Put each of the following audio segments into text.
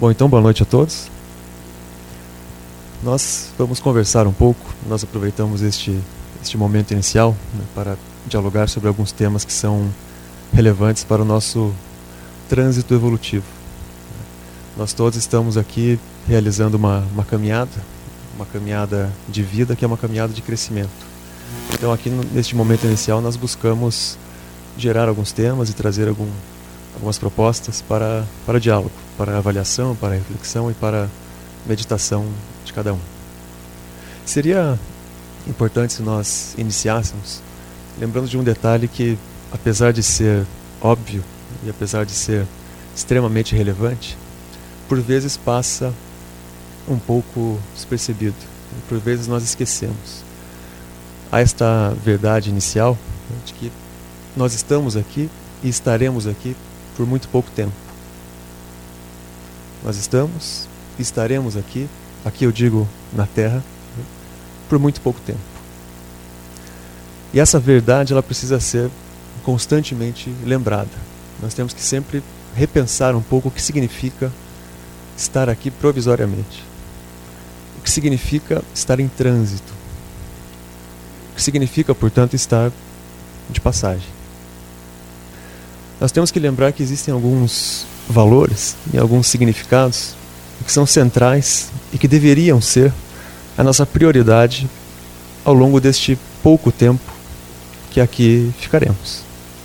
Bom, então boa noite a todos. Nós vamos conversar um pouco. Nós aproveitamos este momento inicial, né, para dialogar sobre alguns temas que são relevantes para o nosso trânsito evolutivo. Nós todos estamos aqui realizando uma caminhada de vida, que é uma caminhada de crescimento. Então aqui neste momento inicial nós buscamos gerar alguns temas e trazer algumas propostas para diálogo, para avaliação, para reflexão e para meditação de cada um. Seria importante se nós iniciássemos lembrando de um detalhe que, apesar de ser óbvio e apesar de ser extremamente relevante, por vezes passa um pouco despercebido. Por vezes nós esquecemos. Há esta verdade inicial, né, de que nós estamos aqui e estaremos aqui por muito pouco tempo. Nós estamos e estaremos aqui eu digo na Terra, né, por muito pouco tempo. E essa verdade ela precisa ser constantemente lembrada. Nós temos que sempre repensar um pouco o que significa estar aqui provisoriamente. O que significa estar em trânsito. O que significa, portanto, estar de passagem. Nós temos que lembrar que existem alguns valores e alguns significados que são centrais e que deveriam ser a nossa prioridade ao longo deste pouco tempo que aqui ficaremos.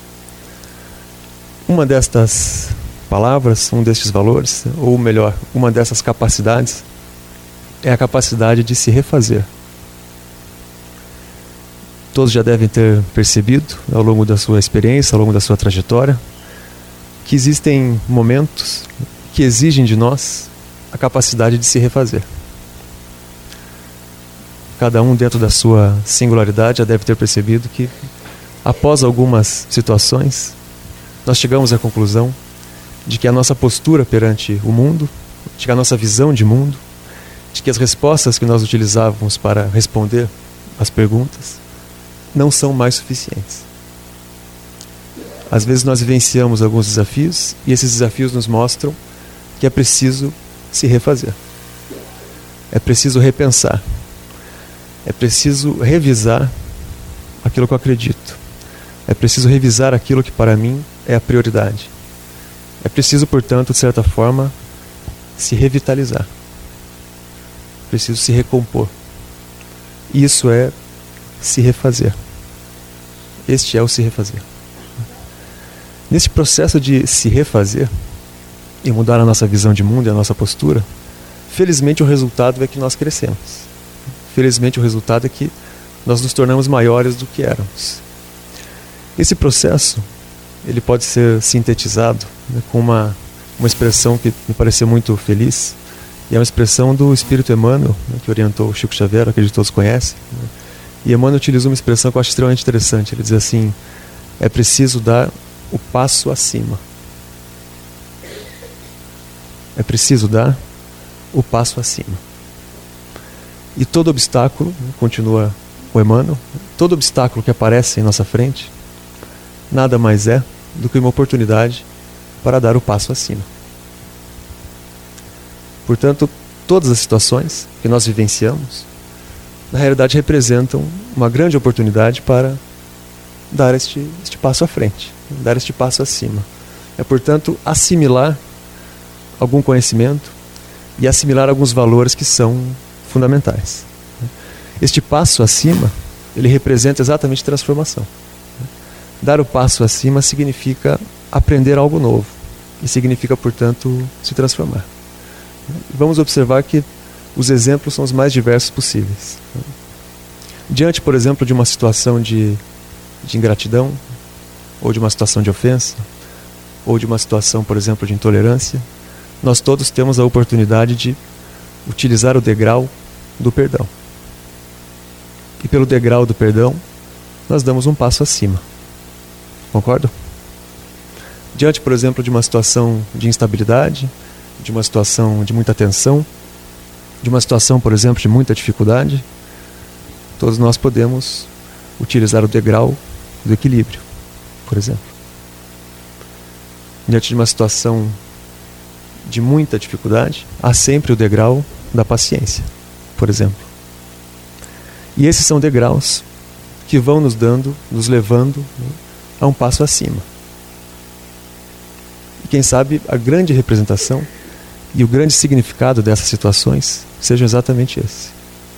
Uma destas palavras, um destes valores, ou melhor, uma dessas capacidades, é a capacidade de se refazer. Todos já devem ter percebido, ao longo da sua experiência, ao longo da sua trajetória, que existem momentos que exigem de nós a capacidade de se refazer. Cada um, dentro da sua singularidade, já deve ter percebido que, após algumas situações, nós chegamos à conclusão de que a nossa postura perante o mundo, de que a nossa visão de mundo, de que as respostas que nós utilizávamos para responder às perguntas não são mais suficientes. Às vezes nós vivenciamos alguns desafios e esses desafios nos mostram que é preciso se refazer. É preciso repensar. É preciso revisar aquilo que eu acredito. É preciso revisar aquilo que para mim é a prioridade. É preciso, portanto, de certa forma, se revitalizar. É preciso se recompor. Isso é se refazer. Este é o se refazer. Nesse processo de se refazer e mudar a nossa visão de mundo e a nossa postura, felizmente o resultado é que nós crescemos. Felizmente o resultado é que nós nos tornamos maiores do que éramos. Esse processo, ele pode ser sintetizado, né, com uma expressão que me pareceu muito feliz, e é uma expressão do Espírito Emmanuel, né, que orientou o Chico Xavier, acredito que todos conhecem, né? E Emmanuel utilizou uma expressão que eu acho extremamente interessante. Ele diz assim: é preciso dar o passo acima. É preciso dar o passo acima. E todo obstáculo, continua o Emmanuel, todo obstáculo que aparece em nossa frente, nada mais é do que uma oportunidade para dar o passo acima. Portanto, todas as situações que nós vivenciamos, na realidade representam uma grande oportunidade para dar este passo à frente, dar este passo acima. É, portanto, assimilar algum conhecimento e assimilar alguns valores que são fundamentais. Este passo acima, ele representa exatamente transformação. Dar o passo acima significa aprender algo novo e significa, portanto, se transformar. Vamos observar que os exemplos são os mais diversos possíveis. Diante, por exemplo, de uma situação de ingratidão, ou de uma situação de ofensa, ou de uma situação, por exemplo, de intolerância, nós todos temos a oportunidade de utilizar o degrau do perdão. E pelo degrau do perdão, nós damos um passo acima. Concordam? Diante, por exemplo, de uma situação de instabilidade, de uma situação de muita tensão, de uma situação, por exemplo, de muita dificuldade, todos nós podemos utilizar o degrau do equilíbrio, por exemplo. Diante de uma situação de muita dificuldade, há sempre o degrau da paciência, por exemplo. E esses são degraus que vão nos levando a um passo acima. E quem sabe a grande representação e o grande significado dessas situações sejam exatamente esse.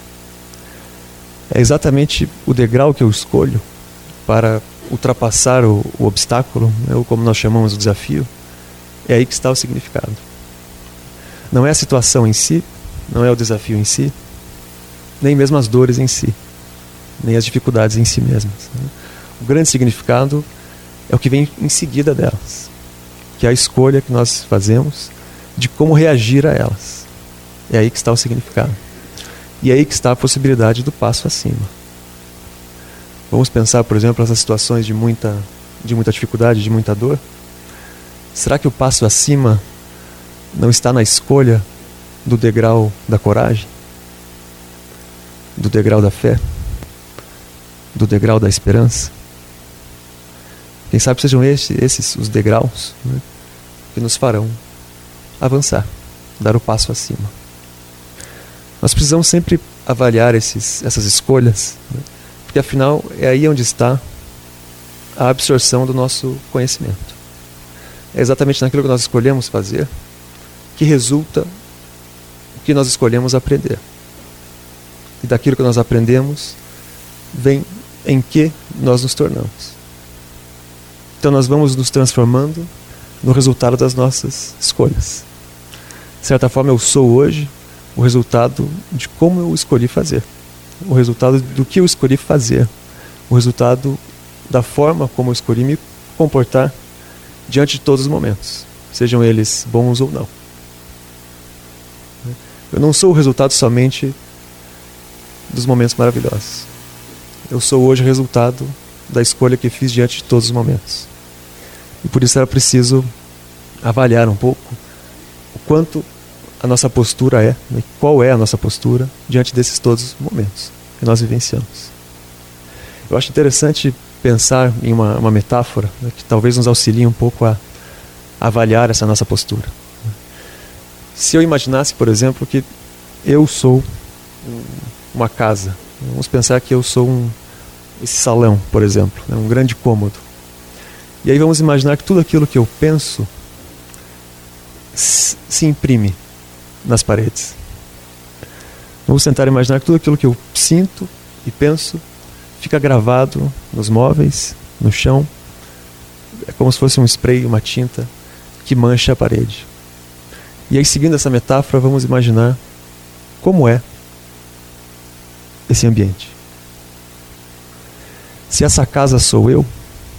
É exatamente o degrau que eu escolho para ultrapassar o obstáculo, ou como nós chamamos o desafio. É aí que está o significado. Não é a situação em si, não é o desafio em si, nem mesmo as dores em si, nem as dificuldades em si mesmas. O grande significado é o que vem em seguida delas, que é a escolha que nós fazemos de como reagir a elas. É aí que está o significado. E é aí que está a possibilidade do passo acima. Vamos pensar, por exemplo, nessas situações de muita dificuldade, de muita dor. Será que o passo acima não está na escolha do degrau da coragem? Do degrau da fé? Do degrau da esperança? Quem sabe sejam esses os degraus, né, que nos farão avançar, dar o passo acima. Nós precisamos sempre avaliar essas escolhas, né, porque afinal é aí onde está a absorção do nosso conhecimento. É exatamente naquilo que nós escolhemos fazer que resulta o que nós escolhemos aprender. E daquilo que nós aprendemos vem em que nós nos tornamos. Então nós vamos nos transformando no resultado das nossas escolhas. De certa forma, eu sou hoje o resultado de como eu escolhi fazer. O resultado do que eu escolhi fazer. O resultado da forma como eu escolhi me comportar diante de todos os momentos, sejam eles bons ou não. Eu não sou o resultado somente dos momentos maravilhosos. Eu sou hoje o resultado da escolha que fiz diante de todos os momentos. E por isso era preciso avaliar um pouco o quanto a nossa postura é, né, qual é a nossa postura diante desses todos os momentos que nós vivenciamos. Eu acho interessante pensar em uma metáfora, né, que talvez nos auxilie um pouco a avaliar essa nossa postura. Se eu imaginasse, por exemplo, que eu sou uma casa, vamos pensar que eu sou esse salão, por exemplo, né, um grande cômodo. E aí vamos imaginar que tudo aquilo que eu penso se imprime nas paredes. Vamos tentar imaginar que tudo aquilo que eu sinto e penso fica gravado nos móveis, no chão. É como se fosse um spray, uma tinta que mancha a parede. E aí, seguindo essa metáfora, vamos imaginar como é esse ambiente. Se essa casa sou eu,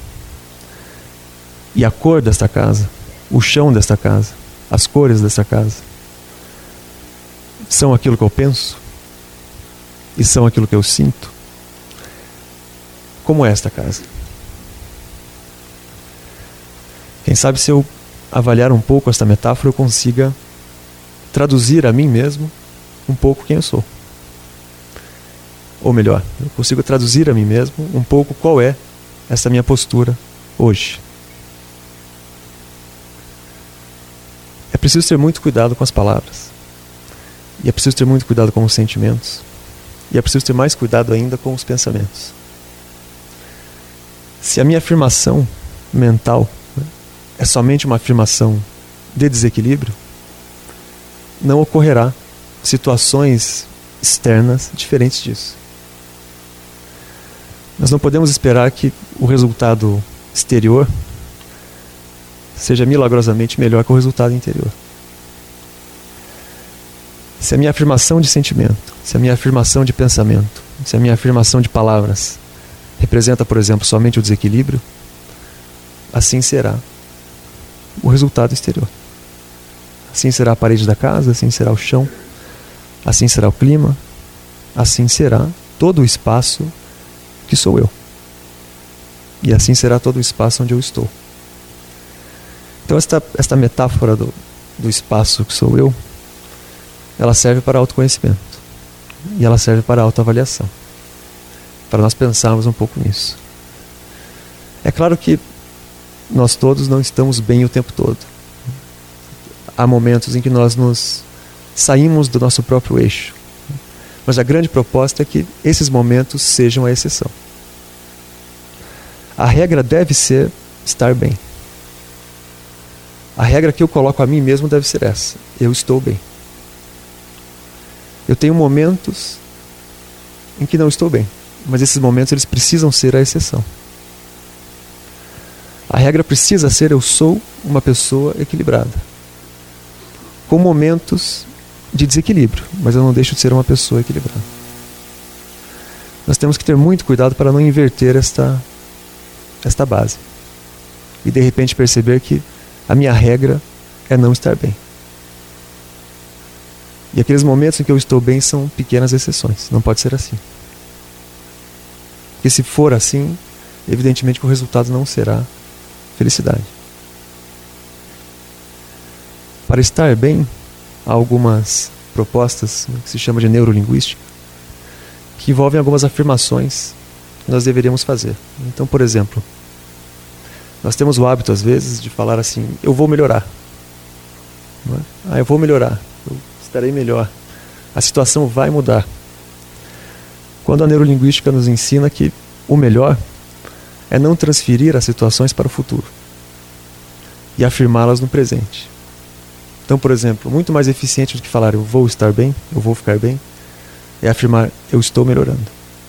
e a cor desta casa, o chão desta casa, as cores desta casa, são aquilo que eu penso e são aquilo que eu sinto, como é esta casa? Quem sabe se eu avaliar um pouco esta metáfora, eu consiga traduzir a mim mesmo um pouco quem eu sou. Ou melhor, eu consigo traduzir a mim mesmo um pouco qual é essa minha postura hoje. É preciso ter muito cuidado com as palavras. E é preciso ter muito cuidado com os sentimentos. E é preciso ter mais cuidado ainda com os pensamentos. Se a minha afirmação mental, né, é somente uma afirmação de desequilíbrio, não ocorrerá situações externas diferentes disso. Nós não podemos esperar que o resultado exterior seja milagrosamente melhor que o resultado interior. Se a minha afirmação de sentimento, se a minha afirmação de pensamento, se a minha afirmação de palavras representa, por exemplo, somente o desequilíbrio, assim será o resultado exterior. Assim será a parede da casa, assim será o chão, assim será o clima, assim será todo o espaço que sou eu. E assim será todo o espaço onde eu estou. Então esta metáfora do espaço que sou eu, ela serve para autoconhecimento. E ela serve para autoavaliação. Para nós pensarmos um pouco nisso. É claro que nós todos não estamos bem o tempo todo. há momentos em que nós nos saímos do nosso próprio eixo. Mas a grande proposta é que esses momentos sejam a exceção. A regra deve ser estar bem. A regra que eu coloco a mim mesmo deve ser essa: eu estou bem. Eu tenho momentos em que não estou bem, mas esses momentos eles precisam ser a exceção. A regra precisa ser: eu sou uma pessoa equilibrada, com momentos de desequilíbrio, mas eu não deixo de ser uma pessoa equilibrada. Nós temos que ter muito cuidado para não inverter esta base e de repente perceber que a minha regra é não estar bem. E aqueles momentos em que eu estou bem são pequenas exceções. Não pode ser assim. Porque se for assim, evidentemente que o resultado não será felicidade. Para estar bem, há algumas propostas que se chama de neurolinguística, que envolvem algumas afirmações que nós deveríamos fazer. Então, por exemplo, nós temos o hábito às vezes de falar assim: eu vou melhorar. Não é? Eu vou melhorar, eu estarei melhor, a situação vai mudar. Quando a neurolinguística nos ensina que o melhor é não transferir as situações para o futuro e afirmá-las no presente. Então, por exemplo, muito mais eficiente do que falar eu vou estar bem, eu vou ficar bem, é afirmar eu estou melhorando.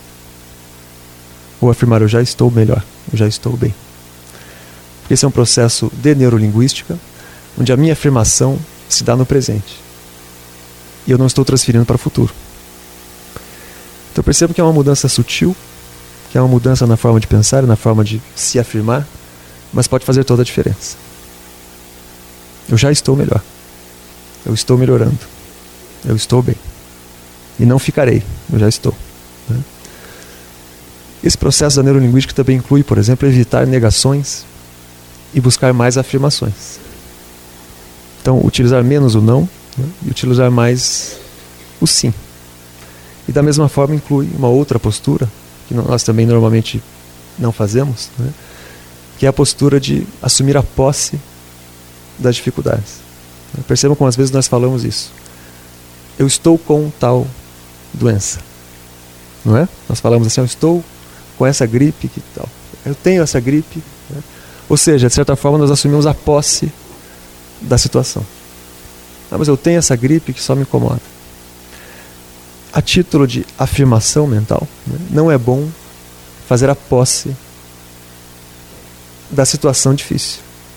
Ou afirmar eu já estou melhor, eu já estou bem. Porque esse é um processo de neurolinguística, onde a minha afirmação se dá no presente. E eu não estou transferindo para o futuro. Então eu percebo que é uma mudança sutil, que é uma mudança na forma de pensar, na forma de se afirmar, mas pode fazer toda a diferença. Eu já estou melhor. Eu estou melhorando. Eu estou bem. E não ficarei. Eu já estou. Né? Esse processo da neurolinguística também inclui, por exemplo, evitar negações e buscar mais afirmações. Então, utilizar menos o não, né, e utilizar mais o sim. E da mesma forma inclui uma outra postura, que nós também normalmente não fazemos, né, que é a postura de assumir a posse das dificuldades. Percebam como às vezes nós falamos isso. Eu estou com tal doença. Não é? Nós falamos assim: eu estou com essa gripe, que tal? Eu tenho essa gripe. Né? Ou seja, de certa forma nós assumimos a posse da situação. Mas eu tenho essa gripe que só me incomoda. A título de afirmação mental, né, não é bom fazer a posse da situação difícil.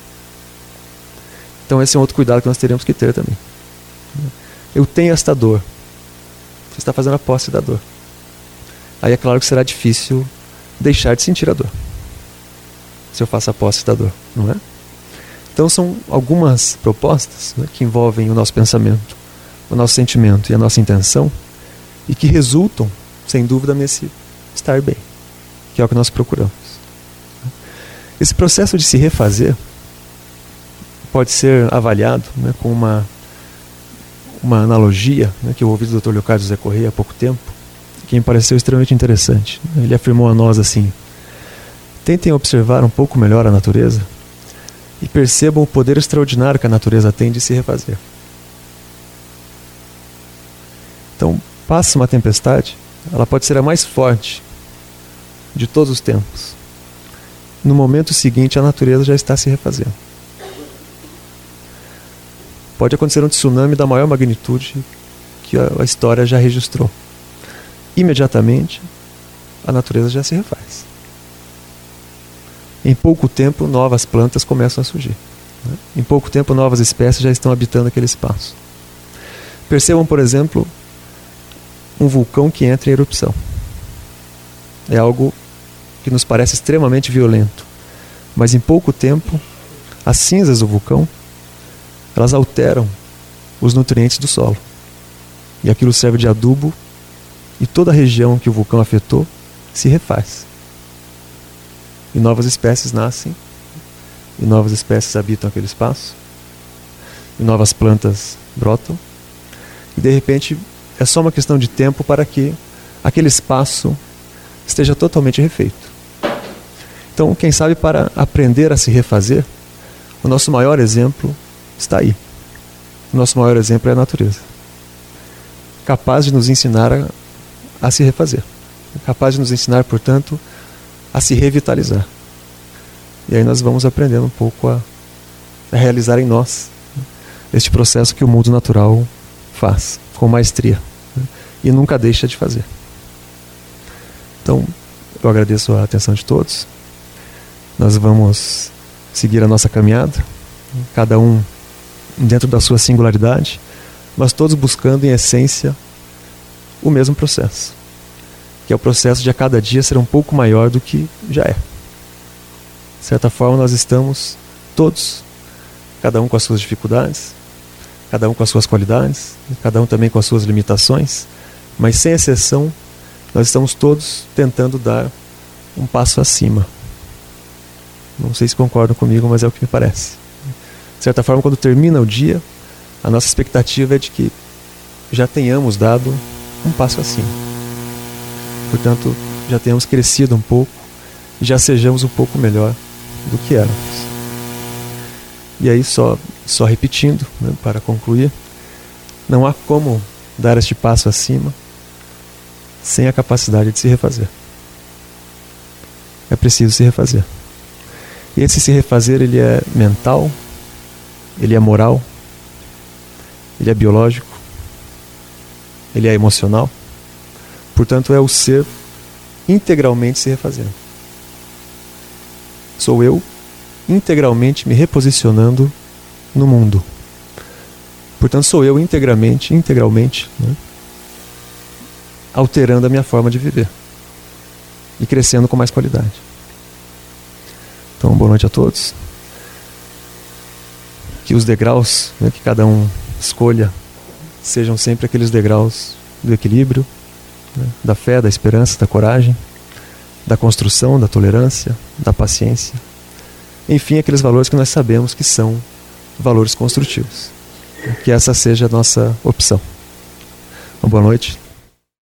Então esse é um outro cuidado que nós teremos que ter também. Eu tenho esta dor. Você está fazendo a posse da dor. Aí é claro que será difícil deixar de sentir a dor, se eu faço a posse da dor, não é? Então são algumas propostas, né, que envolvem o nosso pensamento, o nosso sentimento e a nossa intenção, e que resultam, sem dúvida, nesse estar bem, que é o que nós procuramos. Esse processo de se refazer pode ser avaliado, né, com uma analogia, né, que eu ouvi do Dr. Leocádio José Correia há pouco tempo, que me pareceu extremamente interessante. Ele afirmou a nós assim: tentem observar um pouco melhor a natureza e percebam o poder extraordinário que a natureza tem de se refazer. Então, passa uma tempestade, ela pode ser a mais forte de todos os tempos. No momento seguinte, a natureza já está se refazendo. Pode acontecer um tsunami da maior magnitude que a história já registrou. Imediatamente, a natureza já se refaz. Em pouco tempo, novas plantas começam a surgir. Né? Em pouco tempo, novas espécies já estão habitando aquele espaço. Percebam, por exemplo, um vulcão que entra em erupção. É algo que nos parece extremamente violento. Mas em pouco tempo, as cinzas do vulcão, elas alteram os nutrientes do solo. E aquilo serve de adubo, e toda a região que o vulcão afetou se refaz. E novas espécies nascem, e novas espécies habitam aquele espaço, e novas plantas brotam, e de repente é só uma questão de tempo para que aquele espaço esteja totalmente refeito. Então, quem sabe, para aprender a se refazer, o nosso maior exemplo está aí. o nosso maior exemplo é a natureza. Capaz de nos ensinar a se refazer. Capaz de nos ensinar, portanto, a se revitalizar. E aí nós vamos aprendendo um pouco a realizar em nós este processo que o mundo natural faz, com maestria, e nunca deixa de fazer. Então, eu agradeço a atenção de todos. Nós vamos seguir a nossa caminhada, cada um dentro da sua singularidade, mas todos buscando em essência o mesmo processo, que é o processo de a cada dia ser um pouco maior do que já é. De certa forma, nós estamos todos, cada um com as suas dificuldades, cada um com as suas qualidades, cada um também com as suas limitações, mas sem exceção, nós estamos todos tentando dar um passo acima. Não sei se concordam comigo, mas é o que me parece. De certa forma, quando termina o dia, a nossa expectativa é de que já tenhamos dado um passo acima. Portanto, já tenhamos crescido um pouco e já sejamos um pouco melhor do que éramos. E aí, só repetindo, né, para concluir, não há como dar este passo acima sem a capacidade de se refazer. É preciso se refazer. E esse se refazer, ele é mental, ele é moral, ele é biológico, ele é emocional. Portanto, é o ser integralmente se refazendo. Sou eu integralmente me reposicionando no mundo. Portanto, sou eu integralmente, né, alterando a minha forma de viver e crescendo com mais qualidade. Então, boa noite a todos. Que os degraus, né, que cada um escolha sejam sempre aqueles degraus do equilíbrio, né, da fé, da esperança, da coragem, da construção, da tolerância, da paciência. Enfim, aqueles valores que nós sabemos que são valores construtivos. Que essa seja a nossa opção. Uma boa noite.